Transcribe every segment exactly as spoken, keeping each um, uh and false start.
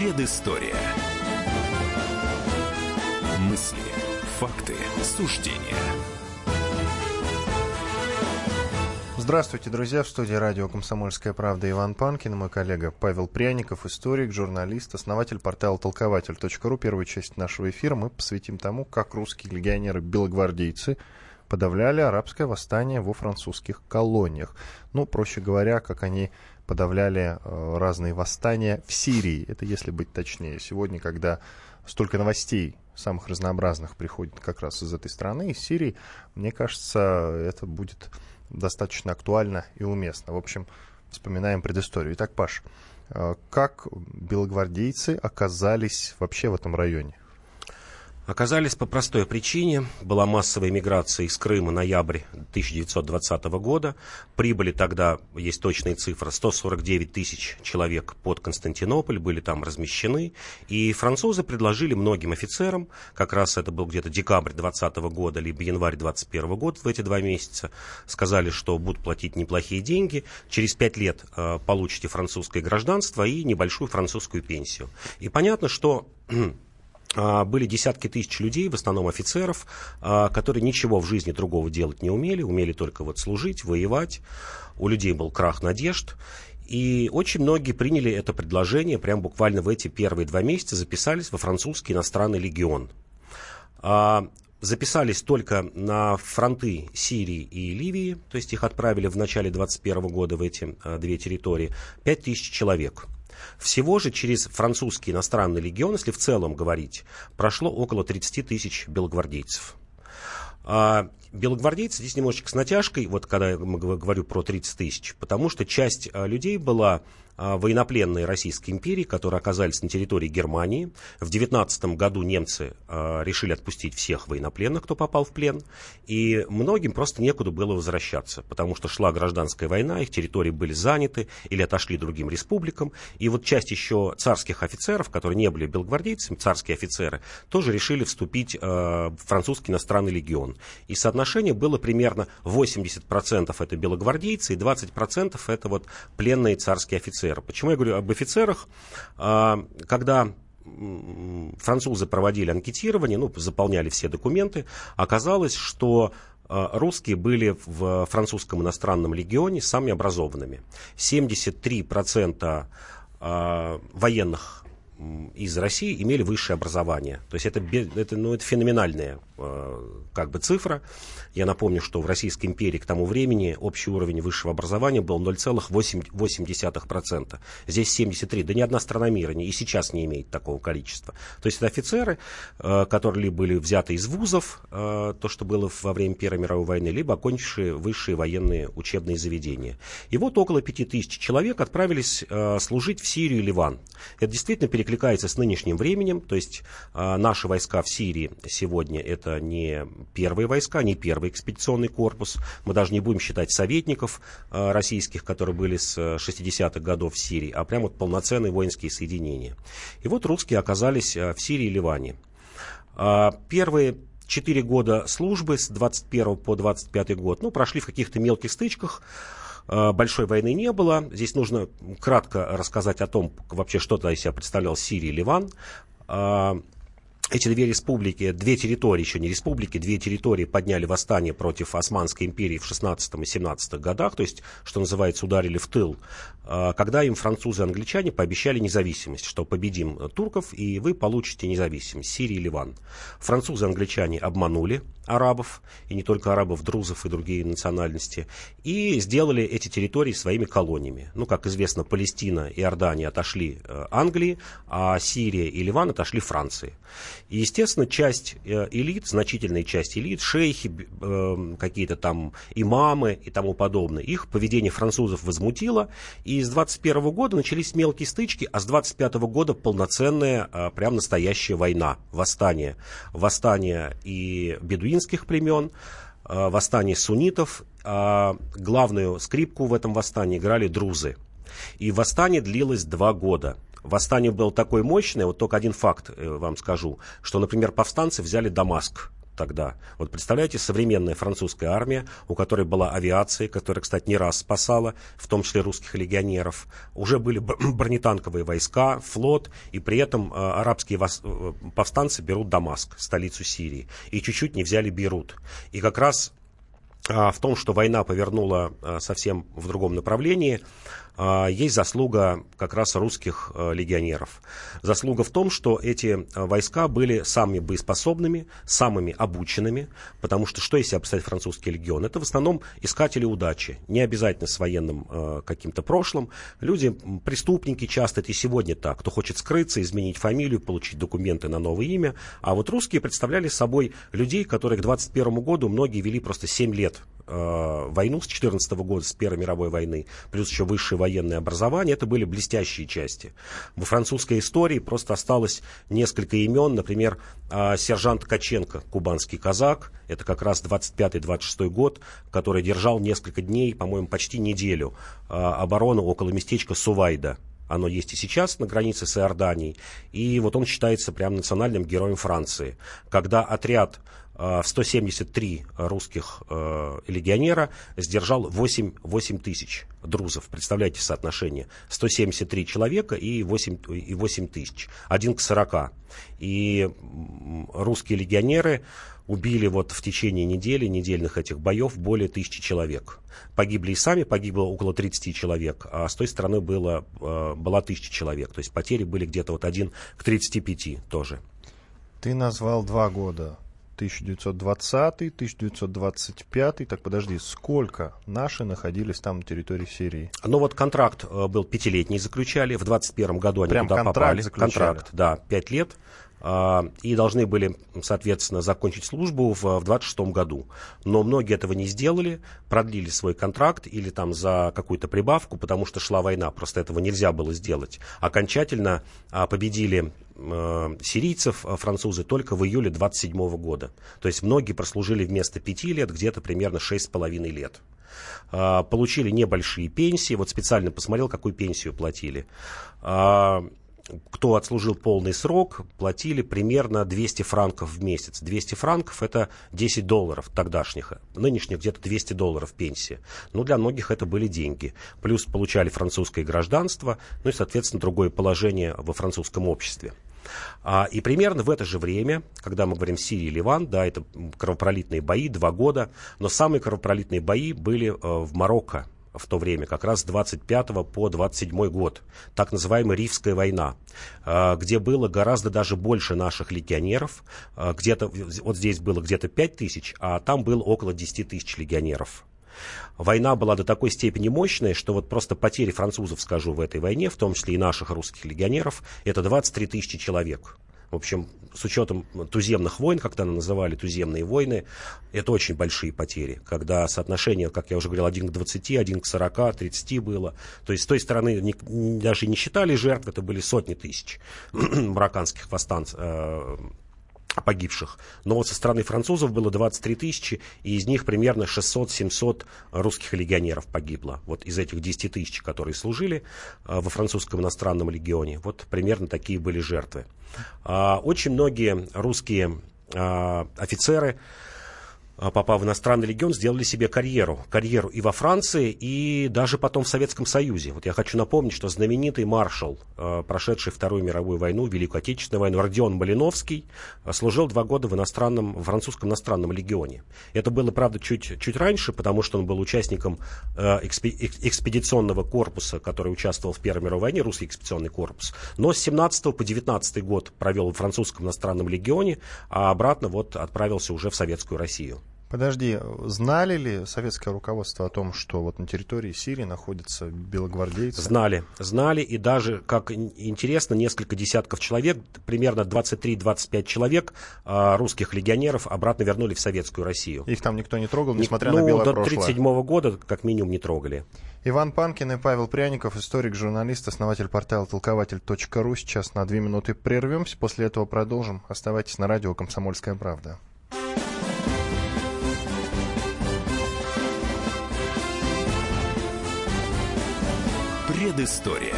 Предыстория. Мысли, факты, суждения. Здравствуйте, друзья. В студии радио «Комсомольская правда» Иван Панкин, мой коллега Павел Пряников, историк, журналист, основатель портала толкователь точка ру. Первую часть нашего эфира мы посвятим тому, как русские легионеры-белогвардейцы подавляли арабское восстание во французских колониях. Ну, проще говоря, как они подавляли э, разные восстания в Сирии. Это если быть точнее. Сегодня, когда столько новостей самых разнообразных приходит как раз из этой страны, из Сирии, мне кажется, это будет достаточно актуально и уместно. В общем, вспоминаем предысторию. Итак, Паш, э, как белогвардейцы оказались вообще в этом районе? Оказались по простой причине. Была массовая миграция из Крыма, ноябрь тысяча девятьсот двадцатого года. Прибыли тогда, есть точные цифры, сто сорок девять тысяч человек под Константинополь, были там размещены. И французы предложили многим офицерам, как раз это был где-то декабрь двадцатого года, либо январь двадцать первого года, в эти два месяца, сказали, что будут платить неплохие деньги. Через пять лет э, получите французское гражданство и небольшую французскую пенсию. И понятно, что были десятки тысяч людей, в основном офицеров, которые ничего в жизни другого делать не умели, умели только вот служить, воевать. У людей был крах надежд. И очень многие приняли это предложение, прям буквально в эти первые два месяца записались во французский иностранный легион. Записались только на фронты Сирии и Ливии, то есть их отправили в начале двадцать первого года в эти две территории, пять тысяч человек. Всего же через французский иностранный легион, если в целом говорить, прошло около тридцать тысяч белогвардейцев. А белогвардейцы здесь немножечко с натяжкой, вот когда я говорю про тридцать тысяч, потому что часть людей была военнопленные Российской империи, которые оказались на территории Германии. В девятнадцатом году немцы э, решили отпустить всех военнопленных, кто попал в плен, и многим просто некуда было возвращаться, потому что шла гражданская война, их территории были заняты или отошли другим республикам, и вот часть еще царских офицеров, которые не были белогвардейцами, царские офицеры, тоже решили вступить э, в французский иностранный легион. И соотношение было примерно восемьдесят процентов это белогвардейцы и двадцать процентов это вот пленные царские офицеры. Почему я говорю об офицерах? Когда французы проводили анкетирование, ну, заполняли все документы, оказалось, что русские были в французском иностранном легионе самыми образованными. семьдесят три процента военных из России имели высшее образование. То есть это, это, ну, это феноменальная э, как бы цифра. Я напомню, что в Российской империи к тому времени общий уровень высшего образования был ноль целых восемь десятых процента. Здесь семьдесят три. Да ни одна страна мира не, и сейчас не имеет такого количества. То есть это офицеры, э, которые либо были взяты из вузов, э, то, что было во время Первой мировой войны, либо окончившие высшие военные учебные заведения. И вот около пяти тысяч человек отправились э, служить в Сирию и Ливан. Это действительно перекликается перекликается с нынешним временем, то есть а, наши войска в Сирии сегодня это не первые войска, не первый экспедиционный корпус, мы даже не будем считать советников а, российских, которые были с шестидесятых годов в Сирии, а прям вот полноценные воинские соединения. И вот русские оказались а, в Сирии и Ливане. А, первые четыре года службы с двадцать первого по двадцать пятый год, ну, прошли в каких-то мелких стычках. Большой войны не было. Здесь нужно кратко рассказать о том, вообще, что тогда из себя представлял Сирия и Ливан. Эти две республики, две территории, еще не республики, две территории подняли восстание против Османской империи в шестнадцатом и семнадцатых годах, то есть, что называется, ударили в тыл, когда им французы и англичане пообещали независимость, что победим турков, и вы получите независимость, Сирия и Ливан. Французы и англичане обманули арабов, и не только арабов, друзов и другие национальности, и сделали эти территории своими колониями. Ну, как известно, Палестина и Иордания отошли Англии, а Сирия и Ливан отошли Франции. И, естественно, часть элит, значительная часть элит, шейхи, какие-то там имамы и тому подобное, их поведение французов возмутило, и с двадцать первого года начались мелкие стычки, а с двадцать пятого года полноценная, прям настоящая война, восстание. Восстание и бедуинских племен, восстание суннитов. Главную скрипку в этом восстании играли друзы. И восстание длилось два года. Восстание было такое мощное, вот только один факт вам скажу, что, например, повстанцы взяли Дамаск. тогда. Вот представляете, современная французская армия, у которой была авиация, которая, кстати, не раз спасала, в том числе русских легионеров, уже были бронетанковые войска, флот, и при этом э, арабские вос... повстанцы берут Дамаск, столицу Сирии, и чуть-чуть не взяли Бейрут. И как раз э, в том, что война повернула э, совсем в другом направлении, есть заслуга как раз русских легионеров. Заслуга в том, что эти войска были самыми боеспособными, самыми обученными, потому что что из себя представляет французский легион? Это в основном искатели удачи, не обязательно с военным э, каким-то прошлым. Люди, преступники часто, это и сегодня так, кто хочет скрыться, изменить фамилию, получить документы на новое имя. А вот русские представляли собой людей, которые к двадцать первому году многие вели просто семь лет э, войну с четырнадцатого года, с Первой мировой войны, плюс еще высшее военное образование. Это были блестящие части. Во французской истории просто осталось несколько имен, например, сержант Каченко, кубанский казак, это как раз двадцать пятый двадцать шестой год, который держал несколько дней, по-моему, почти неделю оборону около местечка Сувайда. Оно есть и сейчас на границе с Иорданией. И вот он считается прям национальным героем Франции. Когда отряд в сто семьдесят три русских э, легионера сдержал восемь, восемь тысяч друзов. Представляете соотношение? сто семьдесят три человека и восемь, и восемь тысяч. Один к сорока. И русские легионеры убили вот в течение недели, недельных этих боев более тысячи человек. Погибли и сами, погибло около тридцати человек, а с той стороны было, э, была тысяча человек. То есть потери были где-то вот один к тридцати пяти тоже. Ты назвал два года. тысяча девятьсот двадцатый, тысяча девятьсот двадцать пятый. Так, подожди, сколько наши находились там на территории Сирии? Ну вот контракт э, был пятилетний, заключали. В двадцать первом году они Прям туда контракт попали. Заключали. Контракт, да, пять лет. Э, и должны были, соответственно, закончить службу в, в двадцать шестом году. Но многие этого не сделали, продлили свой контракт или там за какую-то прибавку, потому что шла война, просто этого нельзя было сделать. Окончательно э, победили сирийцев, французы, только в июле двадцать седьмого года. То есть многие прослужили вместо пяти лет где-то примерно шесть с половиной лет. Получили небольшие пенсии. Вот специально посмотрел, какую пенсию платили. Кто отслужил полный срок, платили примерно двести франков в месяц. двести франков это десять долларов тогдашних. Нынешних где-то двести долларов пенсия. Ну, для многих это были деньги. Плюс получали французское гражданство, ну и, соответственно, другое положение во французском обществе. А, и примерно в это же время, когда мы говорим Сирия и Ливан, да, это кровопролитные бои, два года, но самые кровопролитные бои были э, в Марокко. В то время, как раз с двадцать пятого по двадцать седьмой год, так называемая Рифская война, где было гораздо даже больше наших легионеров, где-то, вот здесь было где-то пять тысяч, а там было около десять тысяч легионеров. Война была до такой степени мощная, что вот просто потери французов, скажу, в этой войне, в том числе и наших русских легионеров, это двадцать три тысячи человек. В общем, с учетом туземных войн, как тогда называли туземные войны, это очень большие потери. Когда соотношение, как я уже говорил, один к двадцати, один к сорока, тридцати было. То есть с той стороны не, даже не считали жертв, это были сотни тысяч марокканских восстанцев, э, погибших. Но вот со стороны французов было двадцать три тысячи, и из них примерно шестьсот-семьсот русских легионеров погибло. Вот из этих десяти тысяч, которые служили э, во французском иностранном легионе, вот примерно такие были жертвы. Э, очень многие русские э, офицеры, попав в иностранный легион, сделали себе карьеру. Карьеру и во Франции, и даже потом в Советском Союзе. Вот я хочу напомнить, что знаменитый маршал, прошедший Вторую мировую войну, Великую Отечественную войну, Родион Малиновский, служил два года в иностранном, в французском иностранном легионе. Это было, правда, чуть, чуть раньше, потому что он был участником экспедиционного корпуса, который участвовал в Первой мировой войне, русский экспедиционный корпус. Но с семнадцатого по девятнадцатый год провел в французском иностранном легионе, а обратно вот отправился уже в Советскую Россию. Подожди, знали ли советское руководство о том, что вот на территории Сирии находятся белогвардейцы? Знали, знали, и даже, как интересно, несколько десятков человек, примерно двадцать три - двадцать пять человек русских легионеров обратно вернули в Советскую Россию. Их там никто не трогал, несмотря ну, на белое до прошлое? тридцать седьмого года как минимум не трогали. Иван Панкин и Павел Пряников, историк, журналист, основатель портала толкователь точка ру. Сейчас на две минуты прервемся, после этого продолжим. Оставайтесь на радио «Комсомольская правда». Предыстория.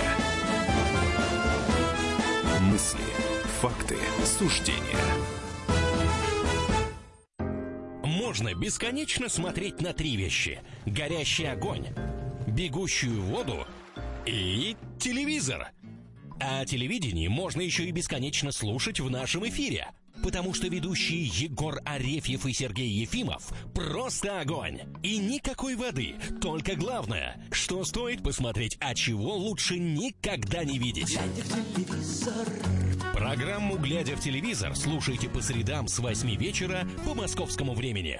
Мысли, факты, суждения. можно бесконечно смотреть на три вещи: горящий огонь, бегущую воду и телевизор. А телевидение можно еще и бесконечно слушать в нашем эфире, потому что ведущие Егор Арефьев и Сергей Ефимов просто огонь. И никакой воды, только главное, что стоит посмотреть, а чего лучше никогда не видеть. Глядя в телевизор. Программу «Глядя в телевизор» слушайте по средам с восьми вечера по московскому времени.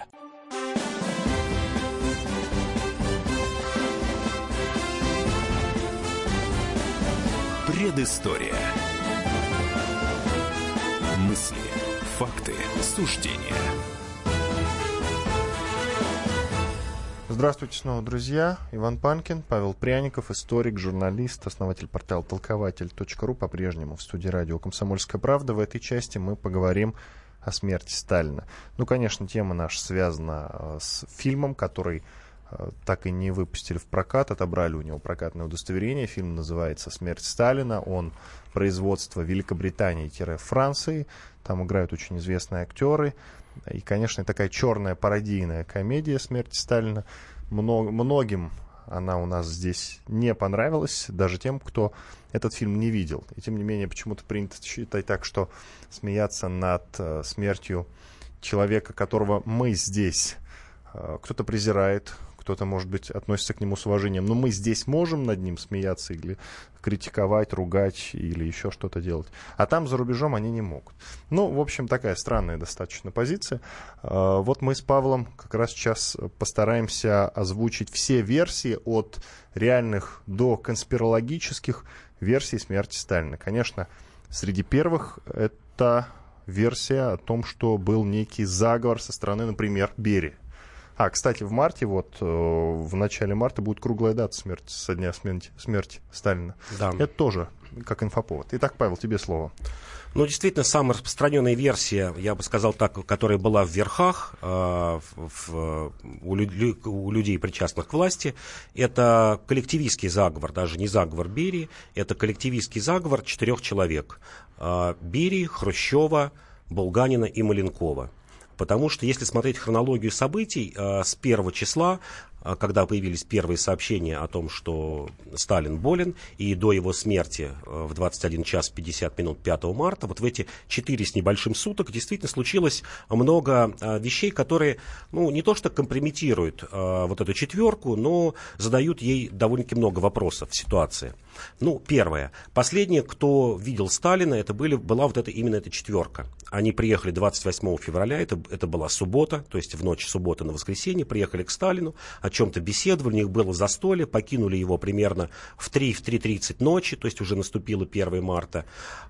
Предыстория. Мысли, факты, суждения. Здравствуйте снова, друзья. Иван Панкин, Павел Пряников, историк, журналист, основатель портала толкователь точка ру, по-прежнему в студии радио «Комсомольская правда». В этой части мы поговорим о смерти Сталина. Ну, конечно, тема наша связана с фильмом, который так и не выпустили в прокат, отобрали у него прокатное удостоверение. Фильм называется «Смерть Сталина». Он производство Великобритании-Франции. Там играют очень известные актеры. И, конечно, такая черная пародийная комедия «Смерть Сталина». Много, многим она у нас здесь не понравилась, даже тем, кто этот фильм не видел. И, тем не менее, почему-то принято считать так, что смеяться над э, смертью человека, которого мы здесь э, кто-то презирает, кто-то, может быть, относится к нему с уважением. Но мы здесь можем над ним смеяться или критиковать, ругать или еще что-то делать. А там, за рубежом, они не могут. Ну, в общем, такая странная достаточно позиция. Вот мы с Павлом как раз сейчас постараемся озвучить все версии от реальных до конспирологических версий смерти Сталина. Конечно, среди первых это версия о том, что был некий заговор со стороны, например, Берии. А, кстати, в марте, вот, э, в начале марта будет круглая дата смерти, со дня смерти, смерти Сталина. Да. Это тоже как инфоповод. Итак, Павел, тебе слово. Ну, действительно, самая распространенная версия, я бы сказал так, которая была в верхах э, в, у, лю, у людей, причастных к власти, это коллективистский заговор, даже не заговор Берии, это коллективистский заговор четырех человек. Э, Берии, Хрущева, Булганина и Маленкова. Потому что, если смотреть хронологию событий, э, с первого числа, э, когда появились первые сообщения о том, что Сталин болен, и до его смерти э, в двадцать один час пятьдесят минут пятого марта, вот в эти четыре с небольшим суток действительно случилось много э, вещей, которые, ну, не то что компрометируют э, вот эту четверку, но задают ей довольно-таки много вопросов в ситуации. Ну, первое. Последнее, кто видел Сталина, это были, была вот эта, именно эта четверка. Они приехали двадцать восьмого февраля, это, это была суббота, то есть в ночь субботы на воскресенье, приехали к Сталину, о чем-то беседовали, у них было застолье, покинули его примерно в три-три тридцать ночи, то есть уже наступило первого марта.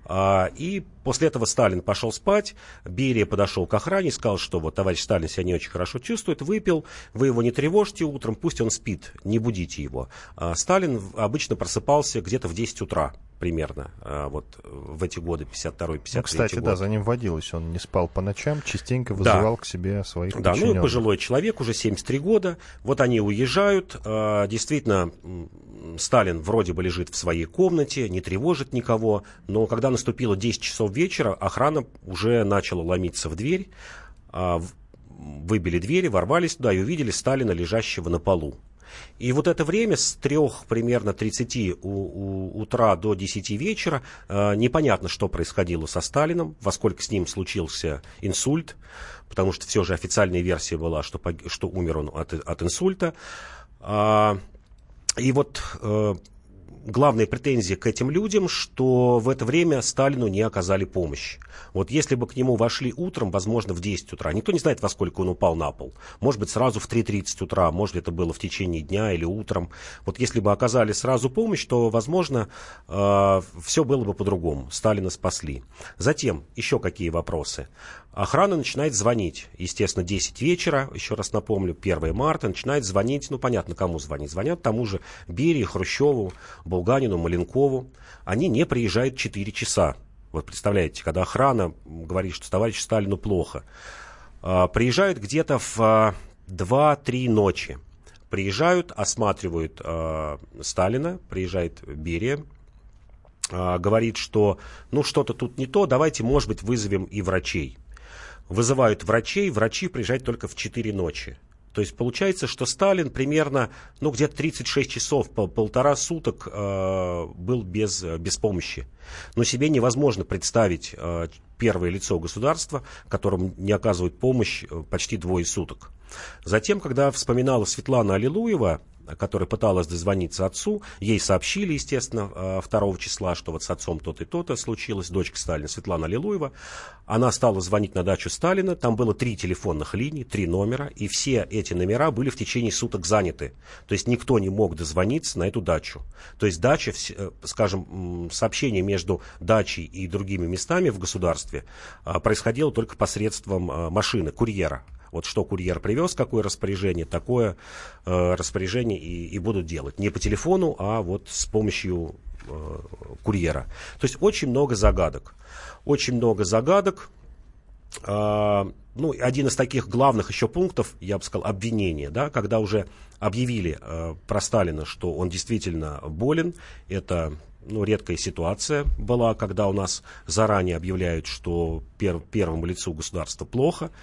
И после этого Сталин пошел спать, Берия подошел к охране и сказал, что вот товарищ Сталин себя не очень хорошо чувствует, выпил, вы его не тревожьте утром, пусть он спит, не будите его. Сталин обычно просыпался где-то в десять утра. Примерно, вот в эти годы, пятьдесят второй пятьдесят третий ну, кстати, год. Да, за ним водилось, он не спал по ночам, частенько вызывал да. к себе своих да, подчиненных. Да, ну, пожилой человек, уже семьдесят три года, вот они уезжают, действительно, Сталин вроде бы лежит в своей комнате, не тревожит никого, но когда наступило десять часов вечера, охрана уже начала ломиться в дверь, выбили двери, ворвались туда и увидели Сталина, лежащего на полу. И вот это время с трех примерно тридцати у, у, утра до десяти вечера э, непонятно, что происходило со Сталином, во сколько с ним случился инсульт, потому что все же официальная версия была, что, что умер он от, от инсульта. А, и вот э, главная претензия к этим людям, что в это время Сталину не оказали помощь. Вот если бы к нему вошли утром, возможно, в десять утра, никто не знает, во сколько он упал на пол. Может быть, сразу в три тридцать утра, может, это было в течение дня или утром. Вот если бы оказали сразу помощь, то, возможно, э, все было бы по-другому. Сталина спасли. Затем еще какие вопросы? Охрана начинает звонить. Естественно, десять вечера, еще раз напомню, первого марта, начинает звонить, ну, понятно, кому звонить. Звонят тому же Берии, Хрущеву, Булганину, Маленкову. Они не приезжают четыре часа. Вот представляете, когда охрана говорит, что товарищу Сталину плохо. Приезжают где-то в два-три ночи. Приезжают, осматривают э, Сталина, приезжает Берия, э, говорит, что ну что-то тут не то, давайте, может быть, вызовем и врачей. вызывают врачей, врачи приезжают только в четыре ночи. То есть получается, что Сталин примерно, ну, где-то тридцать шесть часов, пол, полтора суток э, был без, без помощи. Но себе невозможно представить э, первое лицо государства, которому не оказывают помощь почти двое суток. Затем, когда вспоминала Светлана Аллилуева, которая пыталась дозвониться отцу, ей сообщили, естественно, второго числа, что вот с отцом то-то и то-то случилось, дочка Сталина, Светлана Аллилуева. Она стала звонить на дачу Сталина, там было три телефонных линии, три номера, и все эти номера были в течение суток заняты. То есть никто не мог дозвониться на эту дачу. То есть дача, скажем, сообщение между дачей и другими местами в государстве происходило только посредством машины, курьера. Вот что курьер привез, какое распоряжение, такое э, распоряжение и, и будут делать. Не по телефону, а вот с помощью э, курьера. То есть очень много загадок. Очень много загадок. Э, ну, один из таких главных еще пунктов, я бы сказал, обвинения, да, когда уже объявили э, про Сталина, что он действительно болен. Это, ну, редкая ситуация была, когда у нас заранее объявляют, что пер, первому лицу государства плохо.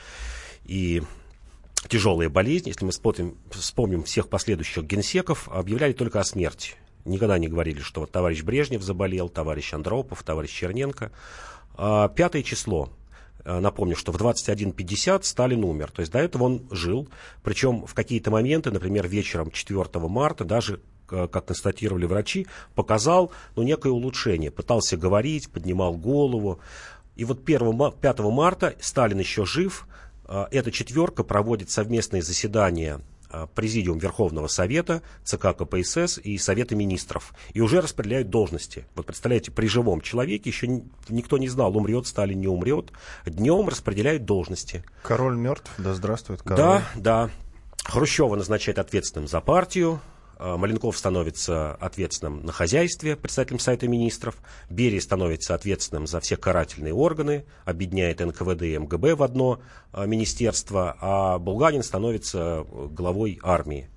И тяжелые болезни, если мы вспомним, вспомним всех последующих генсеков, объявляли только о смерти. Никогда не говорили, что вот товарищ Брежнев заболел, товарищ Андропов, товарищ Черненко. А, пятое число. Напомню, что в двадцать один пятьдесят Сталин умер. То есть до этого он жил. Причем в какие-то моменты, например, вечером четвёртого марта, даже, как констатировали врачи, показал, ну, некое улучшение. Пытался говорить, поднимал голову. И вот пятого марта Сталин еще жив. Эта четверка проводит совместные заседания Президиум Верховного Совета, ЦК КПСС и Совета Министров. И уже распределяют должности. Вот представляете, при живом человеке еще никто не знал, умрет Сталин, не умрет. Днем распределяют должности. Король мертв, да здравствует король. Да, да. Хрущева назначает ответственным за партию. Маленков становится ответственным на хозяйстве, председателем Совета Министров. Берия становится ответственным за все карательные органы, объединяет эн ка вэ дэ и эм гэ бэ в одно министерство, а Булганин становится главой армии.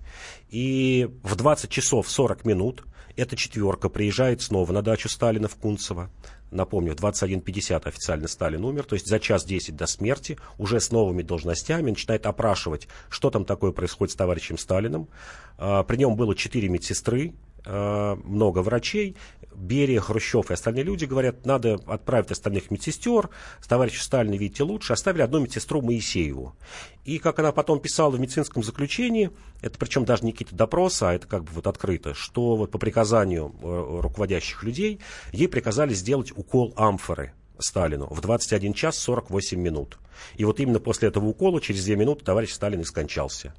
И в двадцать часов сорок минут эта четверка приезжает снова на дачу Сталина в Кунцево. Напомню, в двадцать один пятьдесят официально Сталин умер, то есть за час десять до смерти, уже с новыми должностями, начинает опрашивать, что там такое происходит с товарищем Сталиным. При нем было четыре медсестры, много врачей. Берия, Хрущев и остальные люди говорят, надо отправить остальных медсестер, с товарищем Сталиным, видите, лучше. Оставили одну медсестру Моисееву. И, как она потом писала в медицинском заключении, это причем даже не какие-то допросы, а это как бы вот открыто, что вот по приказанию руководящих людей ей приказали сделать укол амфоры Сталину в двадцать один час сорок восемь минут. И вот именно после этого укола, через две минуты, товарищ Сталин и скончался.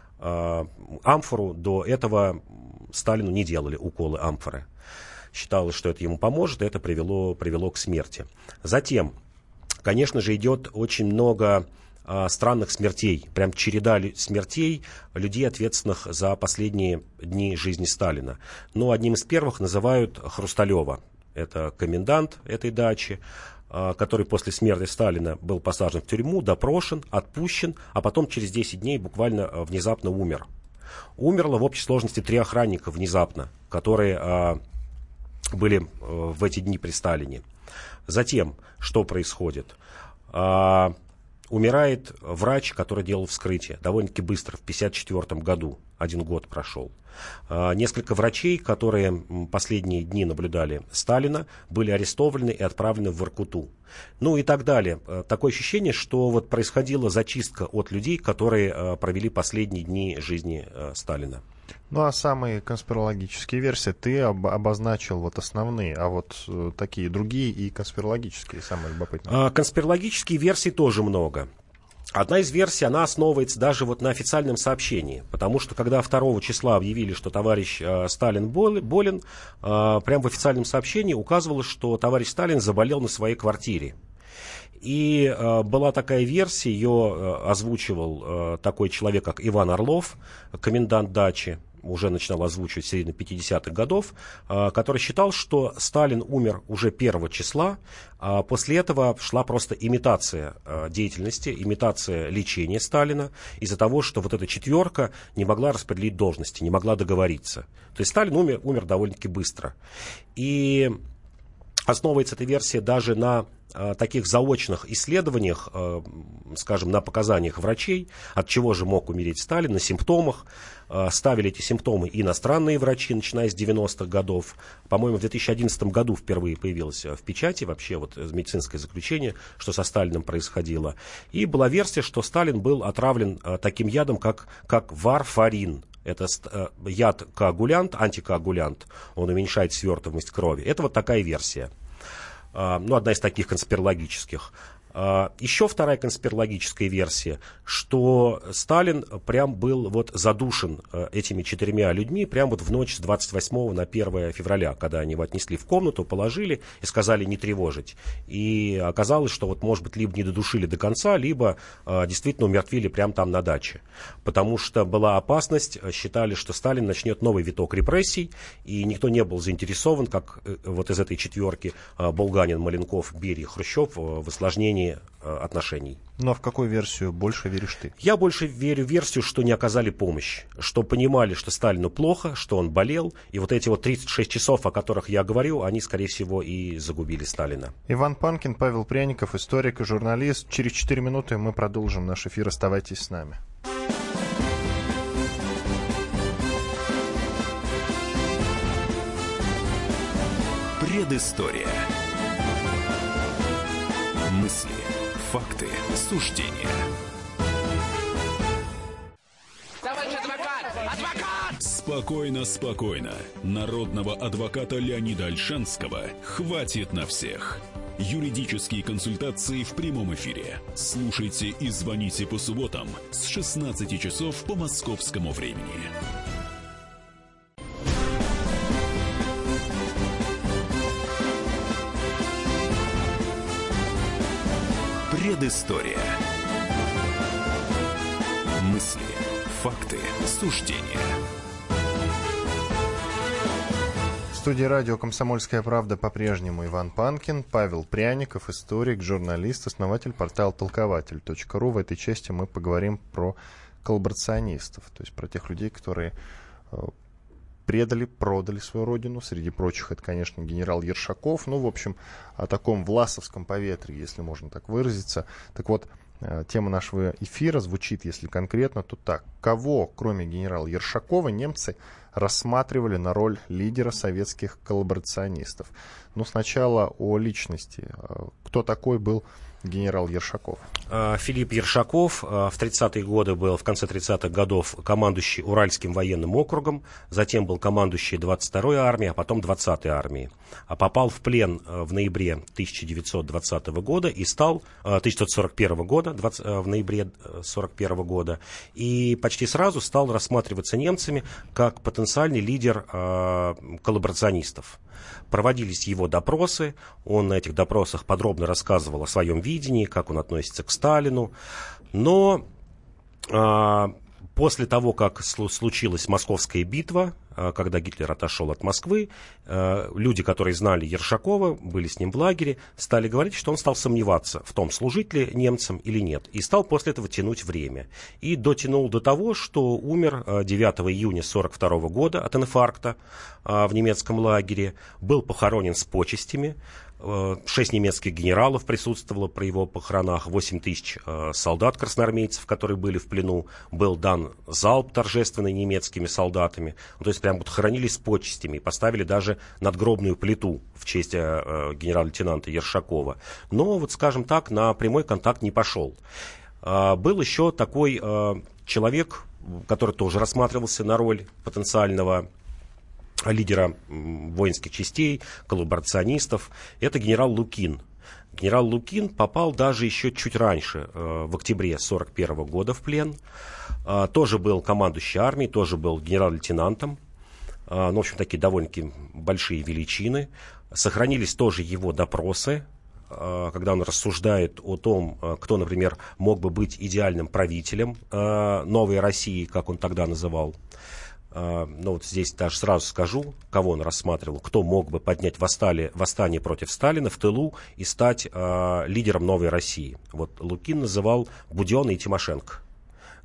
Амфору до этого Сталину не делали уколы амфоры. Считалось, что это ему поможет, и это привело, привело к смерти. Затем, конечно же, идет очень много а, странных смертей, прям череда смертей людей, ответственных за последние дни жизни Сталина. Но одним из первых называют Хрусталева. Это комендант этой дачи, а, который после смерти Сталина был посажен в тюрьму, допрошен, отпущен, а потом через десять дней буквально а, внезапно умер. Умерло в общей сложности три охранника внезапно, которые а, были а, в эти дни при Сталине. Затем, что происходит? А, умирает врач, который делал вскрытие, довольно-таки быстро, в пятьдесят четвёртом году, один год прошел. А, несколько врачей, которые последние дни наблюдали Сталина, были арестованы и отправлены в Воркуту. Ну и так далее. Такое ощущение, что вот происходила зачистка от людей, которые а, провели последние дни жизни а, Сталина. Ну а самые конспирологические версии ты об, обозначил вот основные, а вот э, такие другие и конспирологические, самые любопытные. А, конспирологические версий тоже много. Одна из версий, она основывается даже вот на официальном сообщении, потому что когда второго числа объявили, что товарищ э, Сталин болен, э, прямо в официальном сообщении указывалось, что товарищ Сталин заболел на своей квартире. И э, была такая версия, ее э, озвучивал э, такой человек, как Иван Орлов, комендант дачи, уже начинал озвучивать в середине пятидесятых годов, э, который считал, что Сталин умер уже первого числа, а после этого шла просто имитация э, деятельности, имитация лечения Сталина из-за того, что вот эта четверка не могла распределить должности, не могла договориться. То есть Сталин умер, умер довольно-таки быстро. И Основывается эта версия даже на э, таких заочных исследованиях, э, скажем, на показаниях врачей, от чего же мог умереть Сталин, на симптомах. Э, ставили эти симптомы и иностранные врачи, начиная с девяностых годов. По-моему, в две тысячи одиннадцатом году впервые появилось в печати вообще вот медицинское заключение, что со Сталиным происходило. И была версия, что Сталин был отравлен э, таким ядом, как, как варфарин. Это яд-коагулянт, антикоагулянт, он уменьшает свертываемость крови. Это вот такая версия, ну, одна из таких конспирологических. Еще вторая конспирологическая версия, что Сталин прям был вот задушен этими четырьмя людьми прям вот в ночь с двадцать восьмого на первое февраля, когда они его отнесли в комнату, положили и сказали не тревожить. И оказалось, что вот, может быть, либо не додушили до конца, либо э, действительно умертвили прямо там на даче. Потому что была опасность, считали, что Сталин начнет новый виток репрессий, и никто не был заинтересован, как э, вот из этой четверки э, Булганин, Маленков, Берия, Хрущев э, в осложнении отношений. Но в какую версию больше веришь ты? Я больше верю в версию, что не оказали помощь, что понимали, что Сталину плохо, что он болел, и вот эти вот тридцать шесть часов, о которых я говорю, они, скорее всего, и загубили Сталина. Иван Панкин, Павел Пряников, историк и журналист. Через четыре минуты мы продолжим наш эфир. Оставайтесь с нами. Предыстория. Мысли, факты, суждения. Товарищ адвокат! Адвокат! Спокойно, спокойно. Народного адвоката Леонида Ольшанского хватит на всех. Юридические консультации в прямом эфире. Слушайте и звоните по субботам с шестнадцати часов по московскому времени. Предыстория. Мысли, факты, суждения. В студии радио «Комсомольская правда» по-прежнему Иван Панкин, Павел Пряников, историк, журналист, основатель портала толкователь точка ру. В этой части мы поговорим про коллаборационистов, то есть про тех людей, которые предали, продали свою родину. Среди прочих это, конечно, генерал Ершаков. Ну, в общем, о таком власовском поветрии, если можно так выразиться. Так вот, тема нашего эфира звучит, если конкретно, то так. Кого, кроме генерала Ершакова, немцы рассматривали на роль лидера советских коллаборационистов? Ну, сначала о личности. Кто такой был генерал Ершаков? Филипп Ершаков в тридцатые годы был, в конце тридцатых годов, командующий Уральским военным округом, затем был командующий двадцать второй армией, а потом двадцатой армией. А попал в плен в ноябре тысяча девятьсот двадцатого года и стал, тысяча девятьсот сорок первого года, в ноябре сорок первого года, и почти сразу стал рассматриваться немцами как потенциальный лидер коллаборационистов. Проводились его допросы, он на этих допросах подробно рассказывал о своем видении, как он относится к Сталину. Но а, после того, как случилась Московская битва, а, когда Гитлер отошел от Москвы, а, люди, которые знали Ершакова, были с ним в лагере, стали говорить, что он стал сомневаться в том, служить ли немцам или нет, и стал после этого тянуть время. И дотянул до того, что умер девятого июня сорок второго года от инфаркта а, в немецком лагере, был похоронен с почестями. Шесть немецких генералов присутствовало при его похоронах, восемь тысяч э, солдат-красноармейцев, которые были в плену. Был дан залп торжественный немецкими солдатами. Ну, то есть прям вот хоронились с почестями и поставили даже надгробную плиту в честь э, генерал-лейтенанта Ершакова. Но, вот скажем так, на прямой контакт не пошел. Э, был еще такой э, человек, который тоже рассматривался на роль потенциального лидера воинских частей, коллаборационистов, это генерал Лукин. Генерал Лукин попал даже еще чуть раньше, в октябре сорок первого года в плен. Тоже был командующий армией, тоже был генерал-лейтенантом. Ну, в общем, такие довольно-таки большие величины. Сохранились тоже его допросы, когда он рассуждает о том, кто, например, мог бы быть идеальным правителем новой России, как он тогда называл. Ну, вот здесь даже сразу скажу, кого он рассматривал, кто мог бы поднять восстание, восстание против Сталина в тылу и стать э, лидером новой России. Вот Лукин называл Буденна и Тимошенко.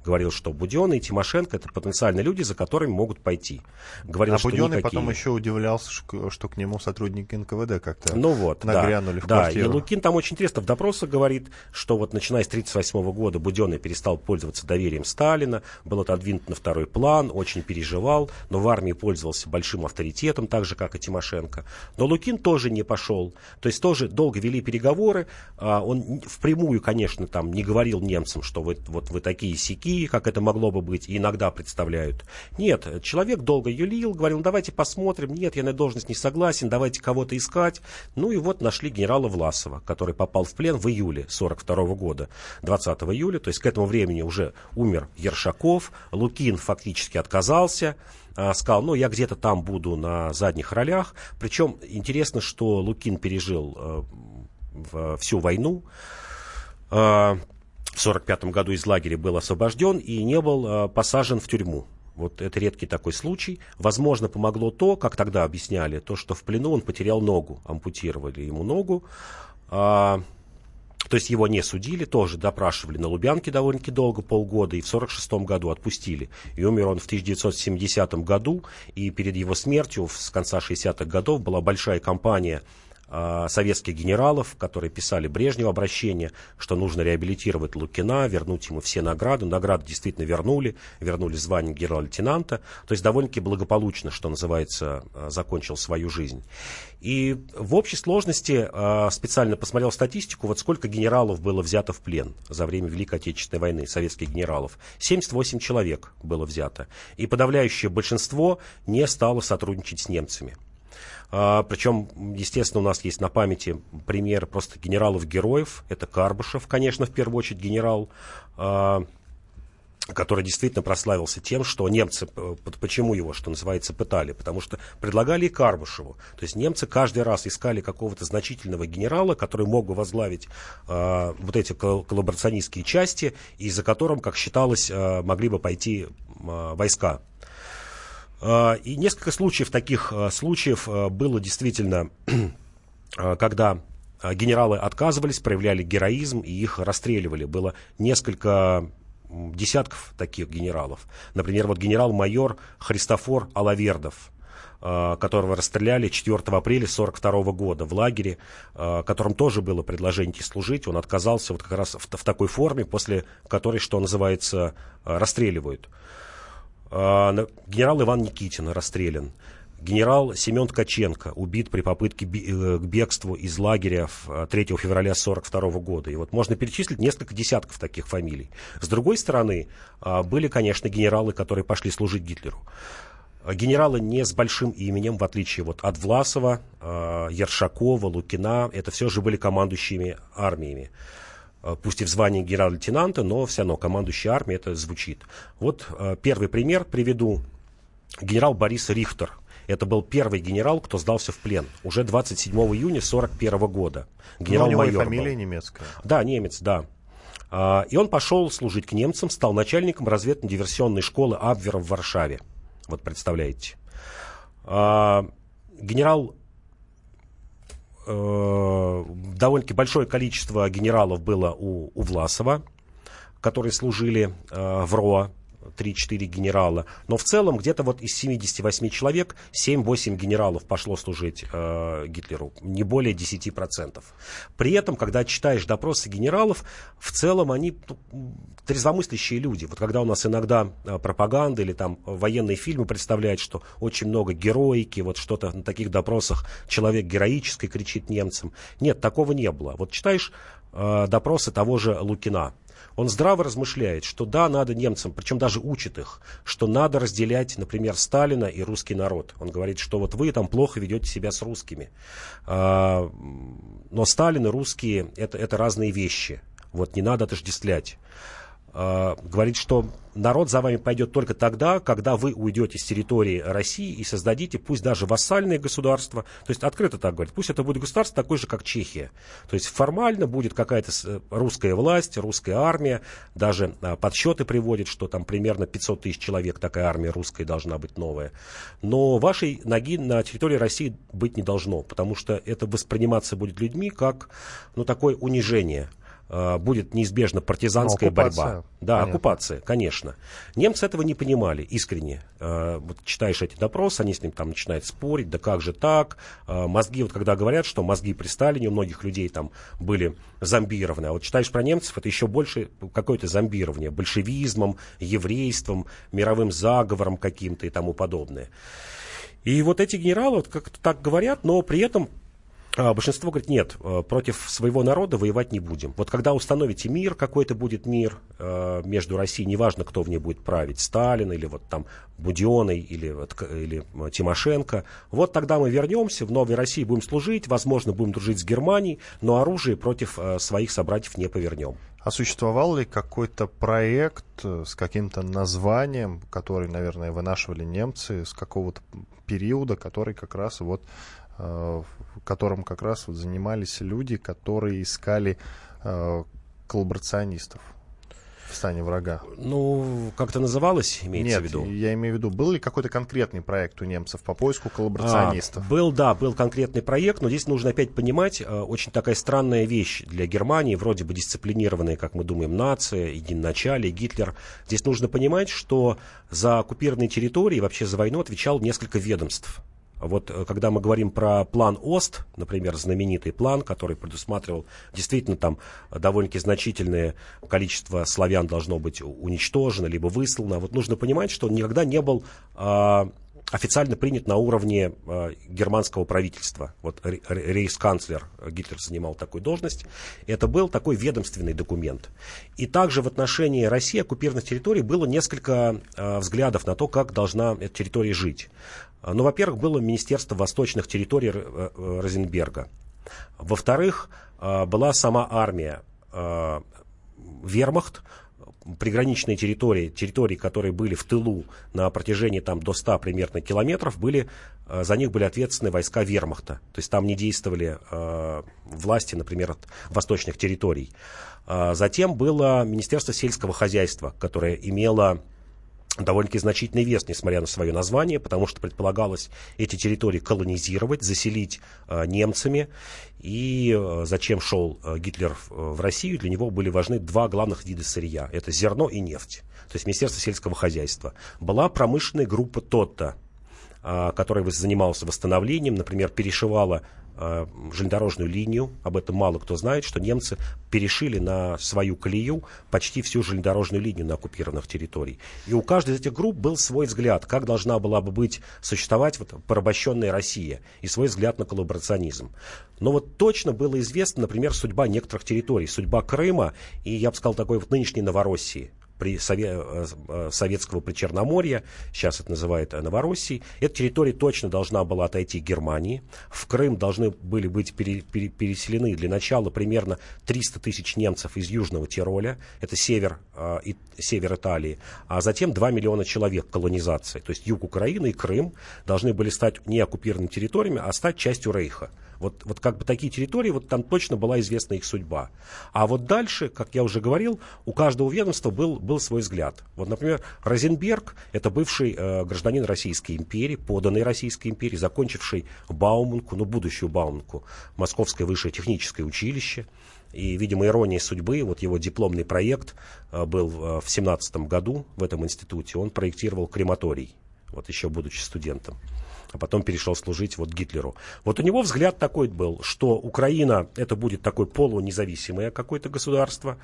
Говорил, что Буденный и Тимошенко — это потенциальные люди, за которыми могут пойти. Говорил, а что Буденный никакие... потом еще удивлялся, что к нему сотрудники эн ка вэ дэ как-то ну вот, нагрянули да, в да. квартиру. И Лукин там очень интересно в допросах говорит, что вот начиная с тридцать восьмого года Буденный перестал пользоваться доверием Сталина, был отодвинут на второй план, очень переживал, но в армии пользовался большим авторитетом, так же, как и Тимошенко. Но Лукин тоже не пошел. То есть тоже долго вели переговоры. Он впрямую, конечно, там не говорил немцам, что вы, вот вы такие сяки, как это могло бы быть, и иногда представляют. Нет, человек долго юлил, говорил, ну давайте посмотрим, нет, я на должность не согласен, давайте кого-то искать. Ну и вот нашли генерала Власова, который попал в плен в июле сорок второго года, двадцатого июля, то есть к этому времени уже умер Ершаков, Лукин фактически отказался, сказал, ну я где-то там буду на задних ролях. Причем интересно, что Лукин пережил э, в, всю войну. Э, в сорок пятом году из лагеря был освобожден и не был э, посажен в тюрьму. Вот это редкий такой случай. Возможно, помогло то, как тогда объясняли, то, что в плену он потерял ногу, ампутировали ему ногу. Э, То есть его не судили, тоже допрашивали на Лубянке довольно-таки долго, полгода, и в сорок шестом году отпустили. И умер он в тысяча девятьсот семидесятом году, и перед его смертью с конца шестидесятых годов была большая кампания э, советских генералов, которые писали Брежневу обращение, что нужно реабилитировать Лукина, вернуть ему все награды. Награды действительно вернули, вернули звание генерал-лейтенанта. То есть довольно-таки благополучно, что называется, э, закончил свою жизнь. И в общей сложности э, специально посмотрел статистику, вот сколько генералов было взято в плен за время Великой Отечественной войны, советских генералов. семьдесят восемь человек было взято. И подавляющее большинство не стало сотрудничать с немцами. Э, причем, естественно, у нас есть на памяти примеры просто генералов-героев. Это Карбышев, конечно, в первую очередь генерал, э, который действительно прославился тем, что немцы, почему его, что называется, пытали, потому что предлагали и Карбышеву. То есть немцы каждый раз искали какого-то значительного генерала, который мог бы возглавить э, вот эти коллаборационистские части, и за которым, как считалось, э, могли бы пойти э, войска. Э, и несколько случаев, таких э, случаев э, было действительно, э, когда генералы отказывались, проявляли героизм, и их расстреливали. Было несколько десятков таких генералов. Например, вот генерал-майор Христофор Алавердов, которого расстреляли четвёртого апреля сорок второго года в лагере, которому тоже было предложение идти служить. Он отказался вот как раз в, в такой форме, после которой, что называется, расстреливают. Генерал Иван Никитин расстрелян. Генерал Семен Ткаченко убит при попытке к бегству из лагеря третьего февраля сорок второго года. И вот можно перечислить несколько десятков таких фамилий. С другой стороны, были, конечно, генералы, которые пошли служить Гитлеру. Генералы не с большим именем, в отличие вот от Власова, Ершакова, Лукина. Это все же были командующими армиями. Пусть и в звании генерал-лейтенанта, но все равно командующий армией это звучит. Вот первый пример приведу. Генерал Борис Рихтер. Это был первый генерал, кто сдался в плен. Уже двадцать седьмого июня сорок первого года. Генерал-майор. Но у него и фамилия был. Немецкая. Да, немец, да. И он пошел служить к немцам, стал начальником разведно-диверсионной школы Абвера в Варшаве. Вот представляете. Генерал... Довольно-таки большое количество генералов было у, у Власова, которые служили в РОА. три-четыре генерала, но в целом где-то вот из семидесяти восьми человек семь-восемь генералов пошло служить э, Гитлеру, не более десяти процентов. При этом, когда читаешь допросы генералов, в целом они ну, трезвомыслящие люди. Вот когда у нас иногда э, пропаганда или там военные фильмы представляют, что очень много героики, вот что-то на таких допросах человек героически кричит немцам. Нет, такого не было. Вот читаешь э, допросы того же Лукина. Он здраво размышляет, что да, надо немцам, причем даже учит их, что надо разделять, например, Сталина и русский народ. Он говорит, что вот вы там плохо ведете себя с русскими. Но Сталин и русские это, это разные вещи. Вот не надо отождествлять. Говорит, что народ за вами пойдет только тогда, когда вы уйдете с территории России и создадите, пусть даже вассальное государство, то есть открыто так говорит, пусть это будет государство такое же, как Чехия. То есть формально будет какая-то русская власть, русская армия, даже подсчеты приводят, что там примерно пятьсот тысяч человек такая армия русская должна быть новая. Но вашей ноги на территории России быть не должно, потому что это восприниматься будет людьми как ну, такое унижение. будет неизбежно партизанская ну, оккупация, борьба. Да, понятно. Оккупация, конечно. Немцы этого не понимали искренне. Вот читаешь эти допросы, они с ним там начинают спорить, да как же так. Мозги, вот когда говорят, что мозги при Сталине у многих людей там были зомбированы, а вот читаешь про немцев, это еще больше какое-то зомбирование большевизмом, еврейством, мировым заговором каким-то и тому подобное. И вот эти генералы вот как-то так говорят, но при этом а, большинство говорит, нет, против своего народа воевать не будем. Вот когда установите мир, какой-то будет мир э, между Россией, неважно, кто в ней будет править, Сталин или вот там Буденный или, вот, или Тимошенко, вот тогда мы вернемся, в новой России будем служить, возможно, будем дружить с Германией, но оружие против э, своих собратьев не повернем. А существовал ли какой-то проект с каким-то названием, который, наверное, вынашивали немцы с какого-то периода, который как раз вот, э, которым как раз вот занимались люди, которые искали э, коллаборационистов в стане врага? Ну, как это называлось, имеется Нет, в виду? я имею в виду, был ли какой-то конкретный проект у немцев по поиску коллаборационистов? А, был, да, был конкретный проект, но здесь нужно опять понимать, э, очень такая странная вещь для Германии, вроде бы дисциплинированная, как мы думаем, нация, единоначалие, Гитлер. Здесь нужно понимать, что за оккупированные территории, вообще за войну отвечал несколько ведомств. Вот когда мы говорим про план Ост, например, знаменитый план, который предусматривал действительно там довольно-таки значительное количество славян должно быть уничтожено, либо выслано, вот нужно понимать, что он никогда не был э, официально принят на уровне э, германского правительства. Вот рейхсканцлер Гитлер занимал такую должность. Это был такой ведомственный документ. И также в отношении России, оккупированных территорий, было несколько э, взглядов на то, как должна эта территория жить. Ну, во-первых, было Министерство восточных территорий Розенберга. Во-вторых, была сама армия, вермахт, приграничные территории, территории, которые были в тылу на протяжении там, до ста примерно километров, были, за них были ответственны войска вермахта. То есть там не действовали э, власти, например, от восточных территорий. Затем было Министерство сельского хозяйства, которое имело довольно-таки значительный вес, несмотря на свое название, потому что предполагалось эти территории колонизировать, заселить э, немцами. И э, зачем шел э, Гитлер в, в Россию, для него были важны два главных вида сырья. Это зерно и нефть. То есть Министерство сельского хозяйства. Была промышленная группа Тотта, э, которая занималась восстановлением, например, перешивала э, железнодорожную линию. Об этом мало кто знает, что немцы перешили на свою колею почти всю железнодорожную линию на оккупированных территориях. И у каждой из этих групп был свой взгляд, как должна была бы быть, существовать вот, порабощенная Россия, и свой взгляд на коллаборационизм. Но вот точно было известно, например, судьба некоторых территорий, судьба Крыма и, я бы сказал, такой вот нынешней Новороссии. При сове, советского Причерноморья, сейчас это называют Новороссией, эта территория точно должна была отойти к Германии. В Крым должны были быть пере, пере, переселены для начала примерно триста тысяч немцев из Южного Тироля, это север, э, и, север Италии, а затем два миллиона человек колонизации. То есть юг Украины и Крым должны были стать не оккупированными территориями, а стать частью Рейха. Вот, вот как бы такие территории, вот там точно была известна их судьба. А вот дальше, как я уже говорил, у каждого ведомства был, был свой взгляд. Вот, например, Розенберг, это бывший э, гражданин Российской империи, подданный Российской империи, закончивший Бауманку, ну, будущую Бауманку, Московское высшее техническое училище. И, видимо, ирония судьбы, вот его дипломный проект э, был э, в семнадцатом году в этом институте, он проектировал крематорий, вот еще будучи студентом. А потом перешел служить вот Гитлеру. Вот у него взгляд такой был, что Украина это будет такое полунезависимое какое-то государство,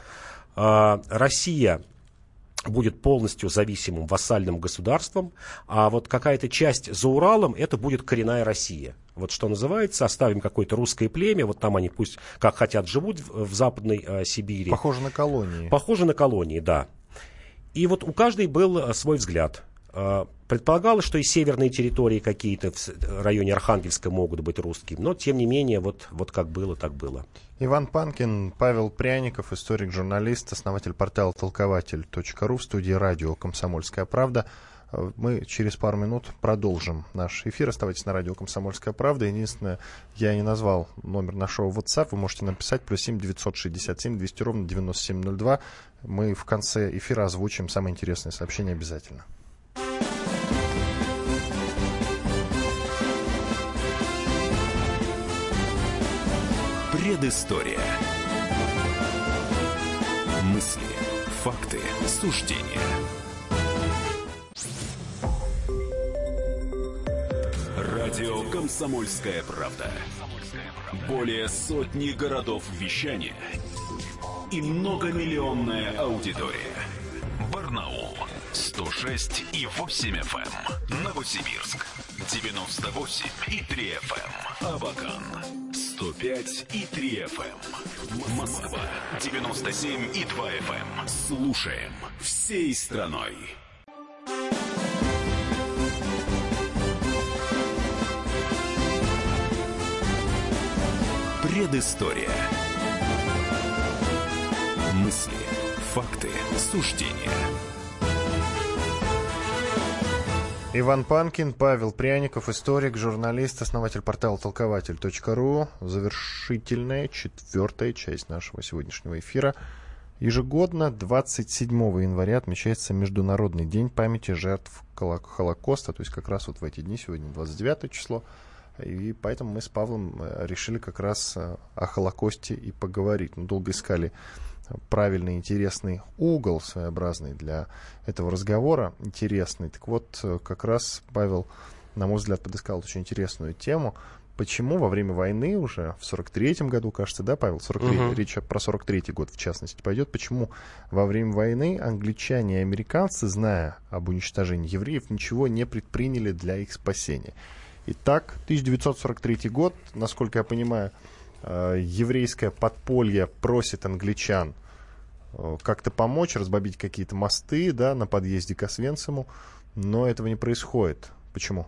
а Россия будет полностью зависимым вассальным государством, а вот какая-то часть за Уралом это будет коренная Россия. Вот что называется, оставим какое-то русское племя, вот там они пусть как хотят живут в, в Западной э, Сибири. Похоже на колонии. Похоже на колонии, да. И вот у каждой был свой взгляд. Предполагалось, что и северные территории какие-то в районе Архангельска могут быть русскими, но тем не менее, вот, вот как было, так было. Иван Панкин, Павел Пряников, историк, журналист, основатель портала толкователь точка ру в студии радио «Комсомольская правда». Мы через пару минут продолжим наш эфир. Оставайтесь на радио «Комсомольская правда». Единственное, я не назвал номер нашего WhatsApp. Вы можете написать плюс семь девятьсот шестьдесят семь двести ровно девяносто семь ноль два. Мы в конце эфира озвучим самые интересные сообщения обязательно. Предыстория. факты, суждения. Радио «Комсомольская правда». Более сотни городов вещания и многомиллионная аудитория. Барнаул сто шесть и восемь эф эм, Новосибирск девяносто восемь и три эф эм, Абакан сто пять и три эф эм, Москва девяносто семь и два эф эм. Слушаем всей страной. Предыстория. Мысли, факты, суждения. Иван Панкин, Павел Пряников, историк, журналист, основатель портала толкователь точка ру. Завершительная, четвертая часть нашего сегодняшнего эфира. Ежегодно двадцать седьмого января отмечается Международный день памяти жертв Холокоста, то есть как раз вот в эти дни, сегодня двадцать девятое число. И поэтому мы с Павлом решили как раз о Холокосте и поговорить. Мы долго искали правильный, интересный угол своеобразный для этого разговора. Интересный. Так вот, как раз Павел, на мой взгляд, подыскал очень интересную тему. Почему во время войны уже, в сорок третьем году, кажется, да, Павел? сорок третий, uh-huh. Речь про сорок третий год, в частности, пойдет. Почему во время войны англичане и американцы, зная об уничтожении евреев, ничего не предприняли для их спасения? Итак, тысяча девятьсот сорок третий год, насколько я понимаю, еврейское подполье просит англичан как-то помочь, разбомбить какие-то мосты, да, на подъезде к Освенциму, но этого не происходит. Почему?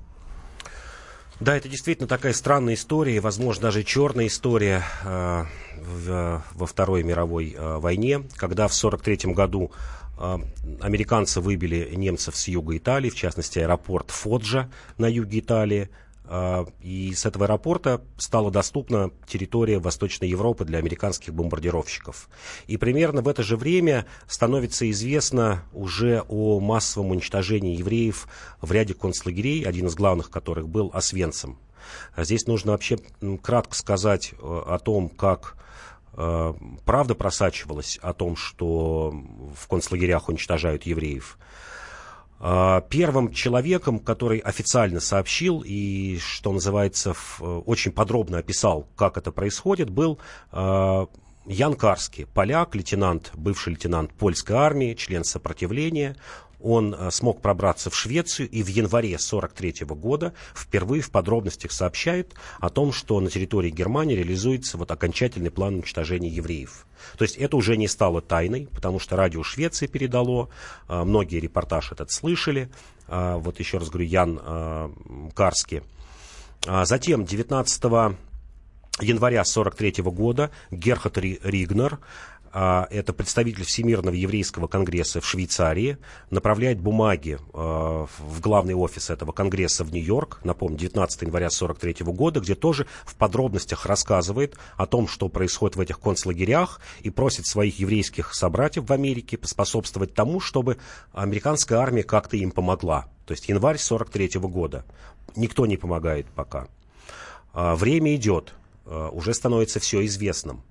Да, это действительно такая странная история, возможно, даже черная история э, в, во Второй мировой э, войне, когда в сорок третьем году э, американцы выбили немцев с юга Италии, в частности, аэропорт Фоджа на юге Италии. И с этого аэропорта стала доступна территория Восточной Европы для американских бомбардировщиков. И примерно в это же время становится известно уже о массовом уничтожении евреев в ряде концлагерей, один из главных которых был Освенцим. Здесь нужно вообще кратко сказать о том, как правда просачивалась о том, что в концлагерях уничтожают евреев. Первым человеком, который официально сообщил и, что называется, очень подробно описал, как это происходит, был Ян Карский, поляк, лейтенант, бывший лейтенант польской армии, член сопротивления. Он смог пробраться в Швецию и в январе сорок третьего года впервые в подробностях сообщает о том, что на территории Германии реализуется вот окончательный план уничтожения евреев. То есть это уже не стало тайной, потому что радио Швеции передало, многие репортаж этот слышали. Вот еще раз говорю, Ян Карский. Затем девятнадцатого января сорок третьего года Герхард Ригнер, это представитель Всемирного еврейского конгресса в Швейцарии, направляет бумаги в главный офис этого конгресса в Нью-Йорк, напомню, девятнадцатого января сорок третьего года, где тоже в подробностях рассказывает о том, что происходит в этих концлагерях, и просит своих еврейских собратьев в Америке поспособствовать тому, чтобы американская армия как-то им помогла. То есть январь сорок третьего года. Никто не помогает пока. Время идет, уже становится все известным.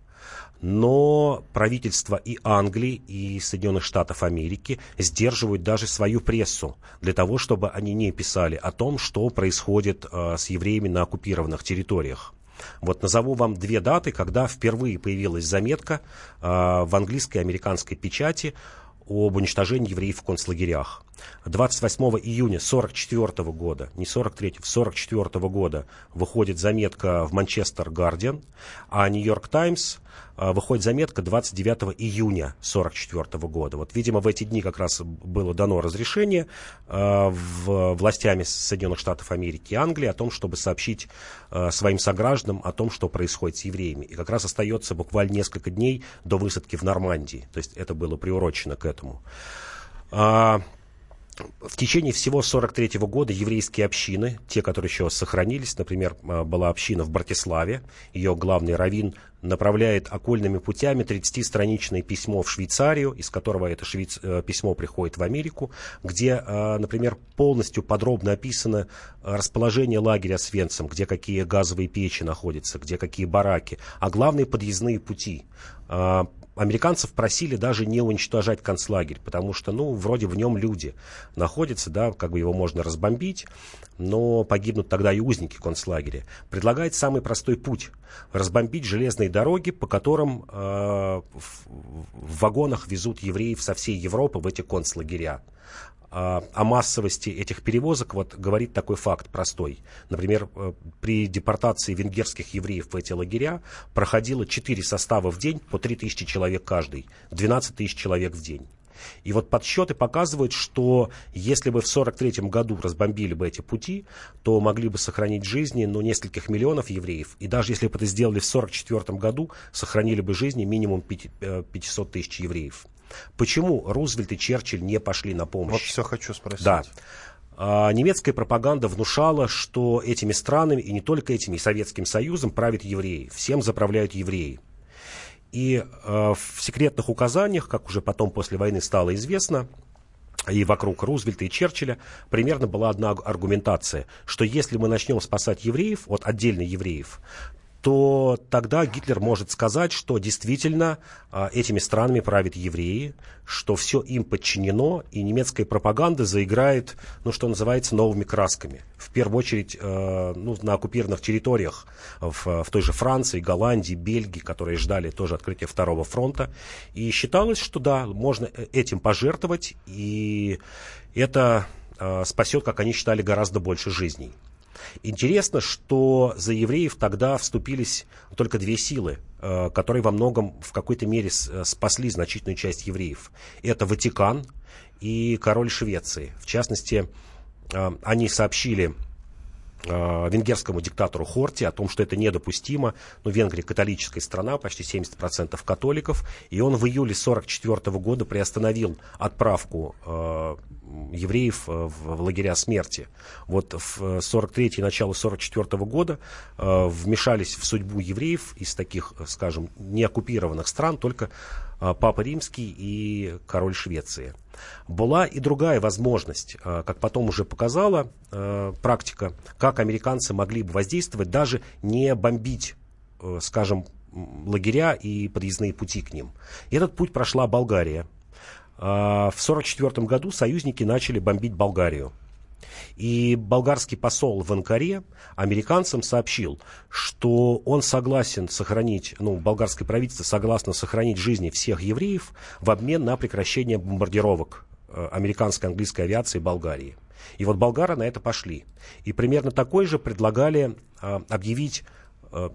Но правительство и Англии, и Соединенных Штатов Америки сдерживают даже свою прессу для того, чтобы они не писали о том, что происходит э, с евреями на оккупированных территориях. Вот назову вам две даты, когда впервые появилась заметка э, в английской и американской печати об уничтожении евреев в концлагерях. двадцать восьмого июня сорок четвёртого года, не сорок третьего, сорок четвёртого года выходит заметка в Манчестер Гардиан, а Нью-Йорк Таймс выходит заметка двадцать девятого июня сорок четвёртого года. Вот, видимо, в эти дни как раз было дано разрешение э, в, властями Соединенных Штатов Америки и Англии о том, чтобы сообщить э, своим согражданам о том, что происходит с евреями. И как раз остается буквально несколько дней до высадки в Нормандии. То есть это было приурочено к этому. А, в течение всего сорок третьего года еврейские общины, те, которые еще сохранились, например, была община в Братиславе, ее главный раввин направляет окольными путями тридцатистраничное письмо в Швейцарию, из которого это швейц... письмо приходит в Америку, где, например, полностью подробно описано расположение лагеря Освенцим, где какие газовые печи находятся, где какие бараки, а главные подъездные пути. американцев просили даже не уничтожать концлагерь, потому что, ну, вроде в нем люди находятся, да, как бы его можно разбомбить, но погибнут тогда и узники концлагеря. Предлагает самый простой путь — разбомбить железные дороги, по которым э, в, в вагонах везут евреев со всей Европы в эти концлагеря. О массовости этих перевозок вот говорит такой факт простой. Например, при депортации венгерских евреев в эти лагеря проходило четыре состава в день по три тысячи человек каждый, двенадцать тысяч человек в день. И вот подсчеты показывают, что если бы в сорок третьем году разбомбили бы эти пути, то могли бы сохранить жизни, ну, нескольких миллионов евреев. И даже если бы это сделали в сорок четвертом году, сохранили бы жизни минимум пятьсот тысяч евреев. Почему Рузвельт и Черчилль не пошли на помощь? Вот все хочу спросить. Да. А, немецкая пропаганда внушала, что этими странами, и не только этими, и Советским Союзом правят евреи. Всем заправляют евреи. И а, в секретных указаниях, как уже потом после войны стало известно, и вокруг Рузвельта и Черчилля примерно была одна аргументация, что если мы начнем спасать евреев, вот отдельно евреев, то тогда Гитлер может сказать, что действительно а, этими странами правят евреи, что все им подчинено, и немецкая пропаганда заиграет, ну, что называется, новыми красками. В первую очередь э, ну, на оккупированных территориях в, в той же Франции, Голландии, Бельгии, которые ждали тоже открытия Второго фронта. И считалось, что да, можно этим пожертвовать, и это э, спасет, как они считали, гораздо больше жизней. Интересно, что за евреев тогда вступились только две силы, которые во многом в какой-то мере спасли значительную часть евреев. Это Ватикан и король Швеции. В частности, они сообщили венгерскому диктатору Хорти о том, что это недопустимо. Ну, Венгрия католическая страна, почти семьдесят процентов католиков, и он в июле сорок четвертого года приостановил отправку э, евреев в, в лагеря смерти. Вот в сорок третьем и начало сорок четвертого года э, вмешались в судьбу евреев из таких, скажем, неоккупированных стран только э, Папа Римский и король Швеции. Была и другая возможность, как потом уже показала э, практика, как американцы могли бы воздействовать, даже не бомбить, э, скажем, лагеря и подъездные пути к ним. И этот путь прошла Болгария. Э, в сорок четвертом году союзники начали бомбить Болгарию. И болгарский посол в Анкаре американцам сообщил, что он согласен сохранить, ну, болгарское правительство согласно сохранить жизни всех евреев в обмен на прекращение бомбардировок американской и английской авиации Болгарии. И вот болгары на это пошли. И примерно такой же предлагали а, объявить а,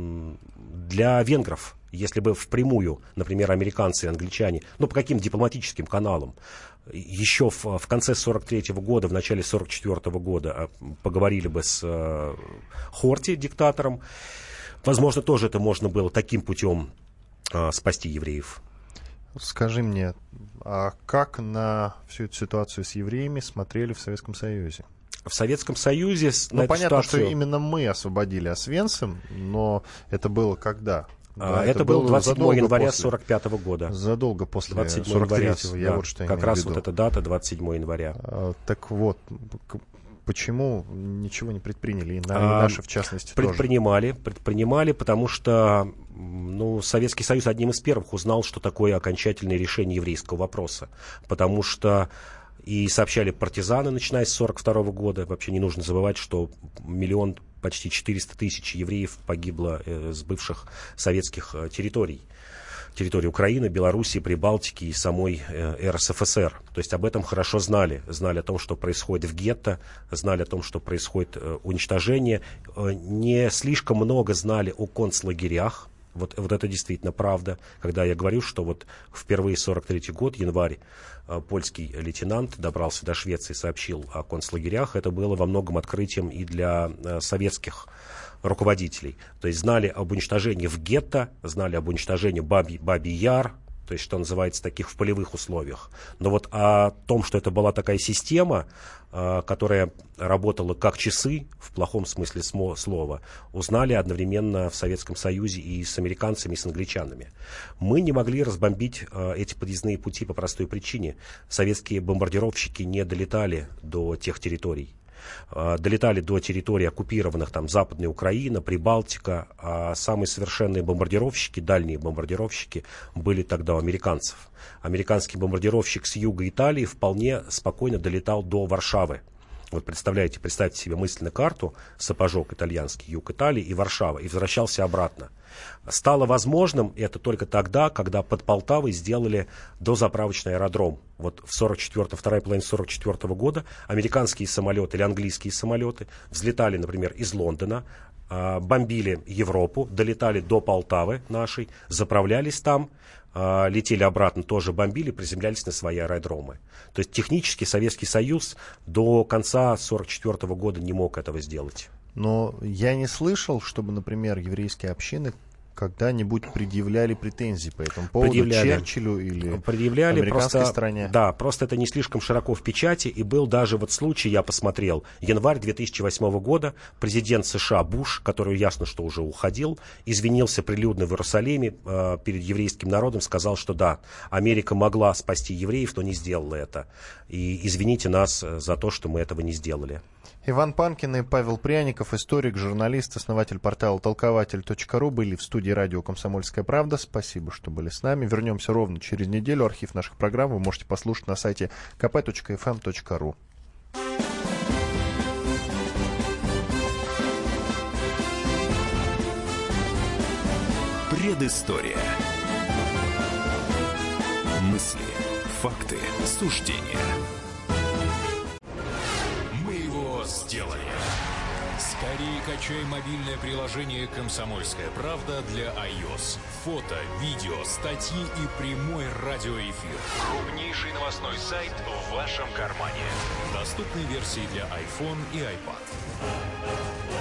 для венгров, если бы впрямую, например, американцы и англичане, ну, по каким дипломатическим каналам, еще в, в конце сорок третьего года, в начале сорок четвертого года поговорили бы с э, Хорти, диктатором. Возможно, тоже это можно было таким путем э, спасти евреев. Скажи мне, а как на всю эту ситуацию с евреями смотрели в Советском Союзе? В Советском Союзе ну, на понятно, ситуацию... что именно мы освободили Освенцим, но это было когда? Да, это, это было двадцать седьмого января сорок пятого года. Задолго после двадцать седьмого января, я да, вот что как раз в виду. Вот эта дата, двадцать седьмого января. А, так вот, почему ничего не предприняли? И, на, и наши, в частности, предпринимали, тоже. Предпринимали, потому что ну, Советский Союз одним из первых узнал, что такое окончательное решение еврейского вопроса. Потому что и сообщали партизаны, начиная с сорок второго года. Вообще не нужно забывать, что миллион, почти четыреста тысяч евреев погибло э, с бывших советских э, территорий. Территории Украины, Белоруссии, Прибалтики и самой э, эр эс эф эс эр. То есть об этом хорошо знали. Знали о том, что происходит в гетто, знали о том, что происходит э, уничтожение. Э, не слишком много знали о концлагерях. Вот, вот это действительно правда. Когда я говорю, что вот впервые сорок третий год, январь, польский лейтенант добрался до Швеции и сообщил о концлагерях, это было во многом открытием и для советских руководителей. То есть знали об уничтожении в гетто, знали об уничтожении Бабий, Бабий Яр, то есть, что называется, таких в полевых условиях. Но вот о том, что это была такая система, которая работала как часы, в плохом смысле слова, узнали одновременно в Советском Союзе и с американцами, и с англичанами. Мы не могли разбомбить эти подъездные пути по простой причине. Советские бомбардировщики не долетали до тех территорий. Долетали до территории оккупированных, там, Западная Украина, Прибалтика. А самые совершенные бомбардировщики, дальние бомбардировщики были тогда у американцев. Американский бомбардировщик с юга Италии вполне спокойно долетал до Варшавы. Вот представляете, представьте себе мысленно карту, сапожок итальянский, юг Италии и Варшава, и возвращался обратно. Стало возможным это только тогда, когда под Полтавой сделали дозаправочный аэродром. Вот в сорок четвёртом, вторая половина сорок четвёртого года американские самолеты или английские самолеты взлетали, например, из Лондона, бомбили Европу, долетали до Полтавы нашей, заправлялись там, летели обратно, тоже бомбили, приземлялись на свои аэродромы. То есть технически Советский Союз до конца сорок четвёртого года не мог этого сделать. Но я не слышал, чтобы, например, еврейские общины когда-нибудь предъявляли претензии по этому поводу Черчиллю или предъявляли американской просто, стране. Да, просто это не слишком широко в печати. И был даже вот случай, я посмотрел, январь две тысячи восьмого года, президент США Буш, который ясно, что уже уходил, извинился прилюдно в Иерусалиме э, перед еврейским народом, сказал, что да, Америка могла спасти евреев, но не сделала это. И извините нас за то, что мы этого не сделали. Иван Панкин и Павел Пряников, историк, журналист, основатель портала толкователь точка ру, были в студии радио «Комсомольская правда». Спасибо, что были с нами. Вернемся ровно через неделю. Архив наших программ вы можете послушать на сайте ка пэ точка эф эм точка ру. Предыстория. Мысли, факты, суждения. Сделали. Скорее качай мобильное приложение «Комсомольская правда» для iOS. Фото, видео, статьи и прямой радиоэфир. Крупнейший новостной сайт в вашем кармане. Доступны версии для iPhone и iPad.